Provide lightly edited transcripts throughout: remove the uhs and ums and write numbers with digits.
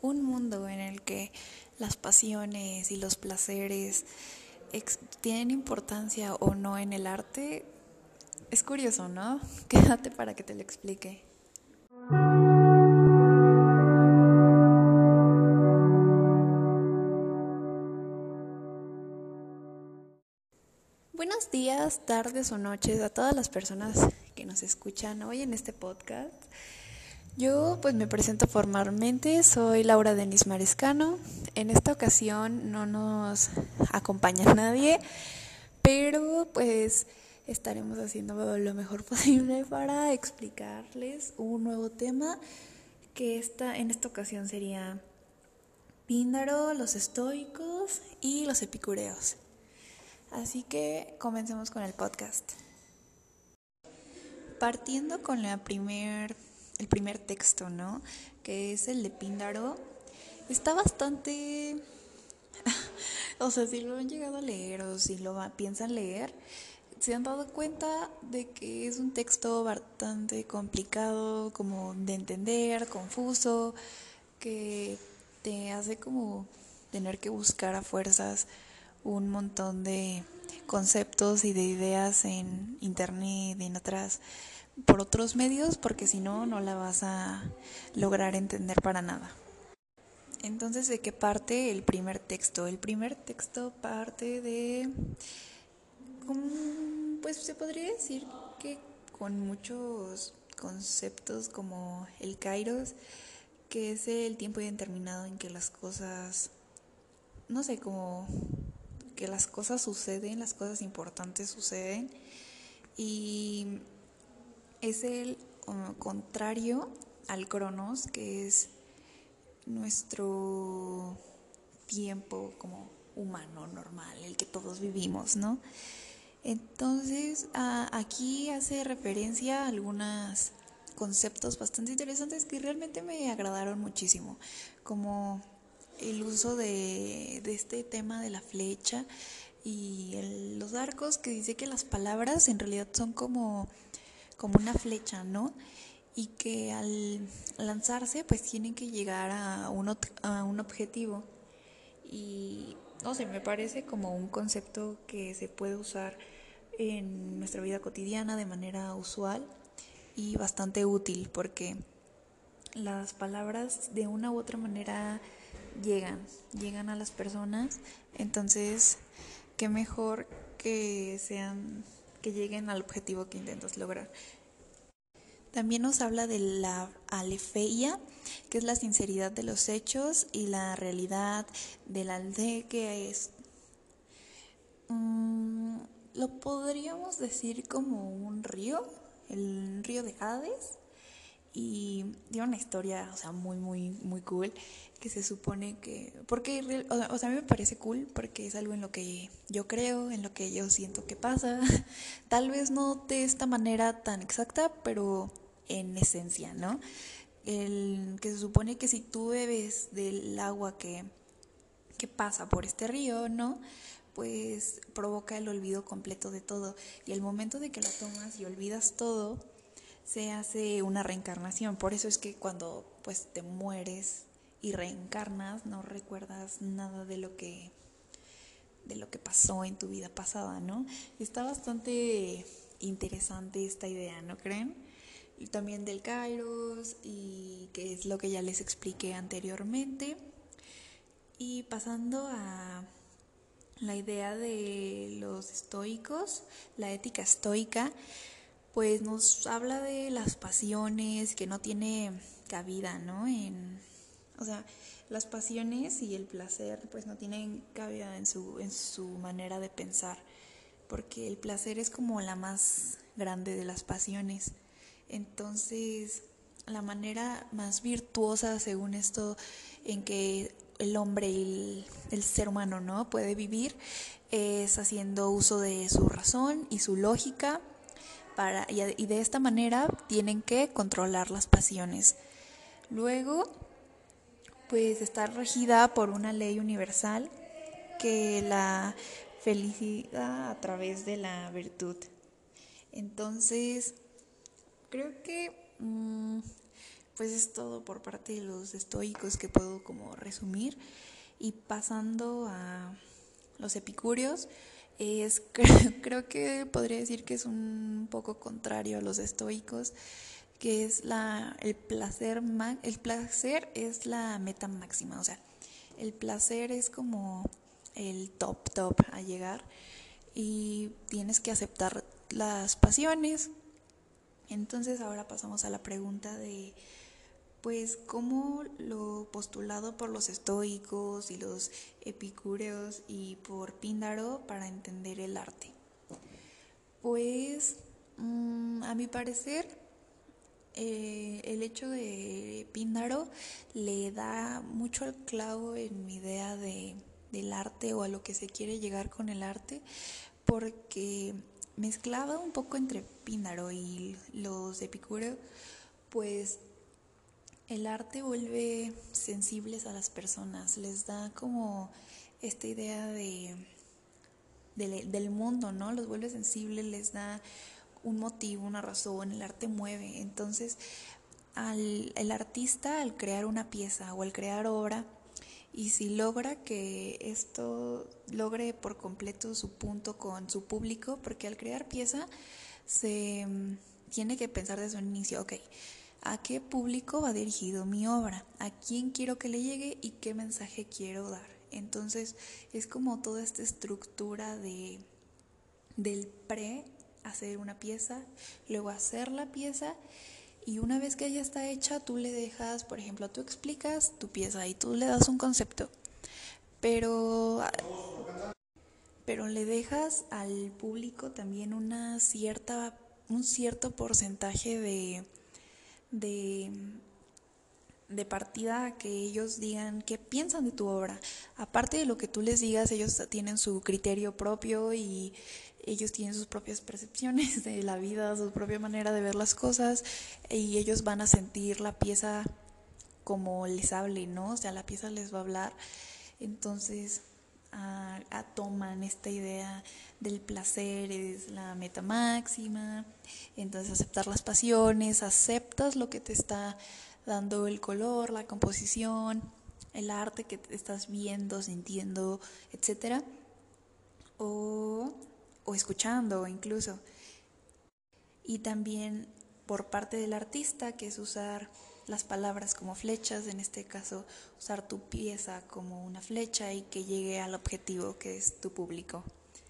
un mundo en el que las pasiones y los placeres tienen importancia o no en el arte, es curioso, ¿no? Quédate para que te lo explique. Buenos días, tardes o noches a todas las personas que nos escuchan hoy en este podcast. Yo pues me presento formalmente, soy Laura Denis Marescano. En esta ocasión no nos acompaña nadie, pero pues estaremos haciendo lo mejor posible para explicarles un nuevo tema que en esta ocasión sería Píndaro, los estoicos y los epicúreos. Así que comencemos con el podcast. Partiendo con el primer texto, ¿no? Que es el de Píndaro. Está bastante... o sea, si lo han llegado a leer o si lo piensan leer, se han dado cuenta de que es un texto bastante complicado, como de entender, confuso, que te hace como tener que buscar a fuerzas un montón de conceptos y de ideas en internet, por otros medios, porque si no, no la vas a lograr entender para nada. Entonces, ¿de qué parte el primer texto? El primer texto parte de, pues se podría decir que con muchos conceptos como el kairos, que es el tiempo indeterminado en que las cosas, no sé, como que las cosas suceden, las cosas importantes suceden, y es el contrario al cronos, que es nuestro tiempo como humano normal, el que todos vivimos, ¿no? Entonces, aquí hace referencia a algunos conceptos bastante interesantes que realmente me agradaron muchísimo, como el uso de este tema de la flecha y los arcos, que dice que las palabras en realidad son como una flecha, ¿no? Y que al lanzarse pues tienen que llegar a un objetivo. Y no sé, me parece como un concepto que se puede usar en nuestra vida cotidiana de manera usual y bastante útil, porque las palabras de una u otra manera llegan a las personas. Entonces, qué mejor que lleguen al objetivo que intentas lograr. También nos habla de la aletheia, que es la sinceridad de los hechos, y la realidad del alde, que es... lo podríamos decir como un río, el río de Hades, y tiene una historia, o sea, muy, muy, muy cool, que se supone que... Porque, o sea, a mí me parece cool porque es algo en lo que yo creo, en lo que yo siento que pasa. Tal vez no de esta manera tan exacta, pero en esencia, ¿no? El que se supone que si tú bebes del agua que pasa por este río, ¿no? Pues provoca el olvido completo de todo. Y el momento de que la tomas y olvidas todo, se hace una reencarnación. Por eso es que cuando pues te mueres y reencarnas, no recuerdas nada de lo que pasó en tu vida pasada, ¿no? Está bastante interesante esta idea, ¿no creen? Y también del kairos, y que es lo que ya les expliqué anteriormente. Y pasando a la idea de los estoicos, la ética estoica, pues nos habla de las pasiones, que no tiene cabida, ¿no? O sea, las pasiones y el placer pues no tienen cabida en su manera de pensar, porque el placer es como la más grande de las pasiones. Entonces, la manera más virtuosa, según esto, en que el hombre y el ser humano, ¿no?, puede vivir, es haciendo uso de su razón y su lógica, y de esta manera tienen que controlar las pasiones. Luego, pues está regida por una ley universal que la felicidad a través de la virtud. Entonces, creo que pues es todo por parte de los estoicos que puedo como resumir. Y pasando a los epicúreos, creo que podría decir que es un poco contrario a los estoicos, que es el placer. El placer es la meta máxima, o sea, el placer es como el top a llegar, y tienes que aceptar las pasiones. Entonces ahora pasamos a la pregunta de, pues, cómo lo postulado por los estoicos y los epicúreos y por Píndaro para entender el arte. Pues, a mi parecer, el hecho de Píndaro le da mucho al clavo en mi idea del arte, o a lo que se quiere llegar con el arte, porque mezclaba un poco entre Píndaro y los epicúreos, pues el arte vuelve sensibles a las personas, les da como esta idea del mundo, ¿no? Los vuelve sensibles, les da un motivo, una razón, el arte mueve. Entonces, el artista, al crear una pieza o al crear obra, y si logra que esto logre por completo su punto con su público, porque al crear pieza se tiene que pensar desde un inicio, ok, ¿a qué público va dirigido mi obra? ¿A quién quiero que le llegue y qué mensaje quiero dar? Entonces es como toda esta estructura del hacer una pieza, luego hacer la pieza, y una vez que ya está hecha, tú le dejas, por ejemplo, tú explicas tu pieza y tú le das un concepto, pero le dejas al público también un cierto porcentaje de, de partida a que ellos digan qué piensan de tu obra. Aparte de lo que tú les digas, ellos tienen su criterio propio y ellos tienen sus propias percepciones de la vida, su propia manera de ver las cosas, y ellos van a sentir la pieza como les hable, ¿no? O sea, la pieza les va a hablar. Entonces, toman esta idea del placer, es la meta máxima. Entonces, aceptar las pasiones, aceptas lo que te está dando el color, la composición, el arte que estás viendo, sintiendo, etcétera, o escuchando incluso. Y también por parte del artista, que es usar las palabras como flechas, en este caso usar tu pieza como una flecha y que llegue al objetivo, que es tu público.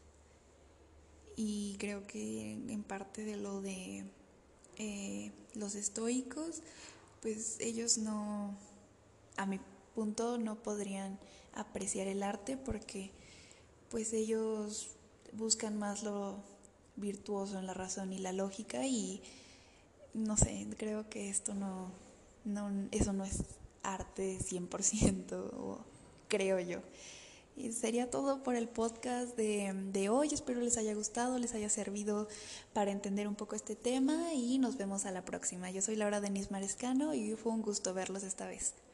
Y creo que en parte de lo de los estoicos, pues ellos no, a mi punto, no podrían apreciar el arte, porque pues ellos buscan más lo virtuoso en la razón y la lógica, y no sé, creo que esto eso no es arte 100%, o creo yo. Y sería todo por el podcast de hoy. Espero les haya gustado, les haya servido para entender un poco este tema, y nos vemos a la próxima. Yo soy Laura Denise Marescano y fue un gusto verlos esta vez.